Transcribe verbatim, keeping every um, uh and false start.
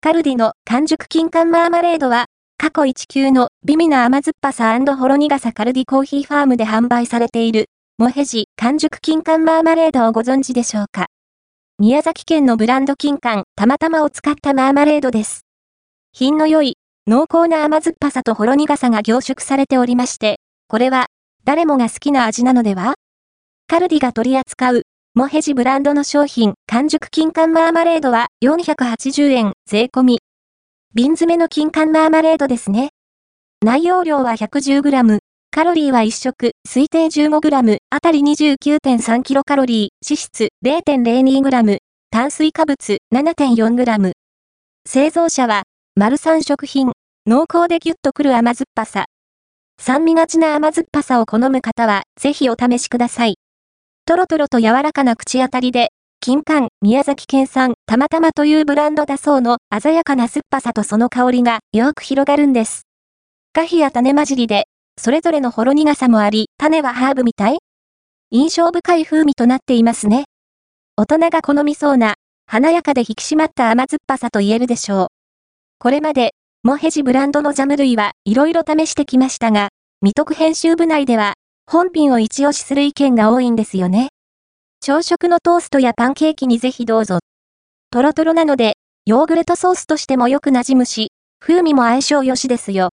カルディの完熟金柑マーマレードは、過去一級の美味な甘酸っぱさ&ほろ苦さカルディコーヒーファームで販売されている、モヘジ完熟金柑マーマレードをご存知でしょうか。宮崎県のブランド金柑、たまたまを使ったマーマレードです。品の良い、濃厚な甘酸っぱさとほろ苦さが凝縮されておりまして、これは、誰もが好きな味なのでは？カルディが取り扱う、モヘジブランドの商品、完熟金柑マーマレードはよんひゃくはちじゅうえん税込み。瓶詰めの金柑マーマレードですね。内容量は ひゃくじゅうグラム、カロリーはいっ食、推定 じゅうごグラム、あたり にじゅうきゅうてんさんキロカロリー、脂質 れいてんぜろにグラム、炭水化物 ななてんよんグラム。製造者は、マルサン食品、濃厚でギュッとくる甘酸っぱさ。酸味がちな甘酸っぱさを好む方は、ぜひお試しください。トロトロと柔らかな口当たりで、金柑、宮崎県産、たまたまというブランドだそうの鮮やかな酸っぱさとその香りがよく広がるんです。果皮や種混じりで、それぞれのほろ苦さもあり、種はハーブみたい？印象深い風味となっていますね。大人が好みそうな、華やかで引き締まった甘酸っぱさと言えるでしょう。これまで、モヘジブランドのジャム類はいろいろ試してきましたが、味徳編集部内では、本品を一押しする意見が多いんですよね。朝食のトーストやパンケーキにぜひどうぞ。トロトロなので、ヨーグルトソースとしてもよく馴染むし、風味も相性良しですよ。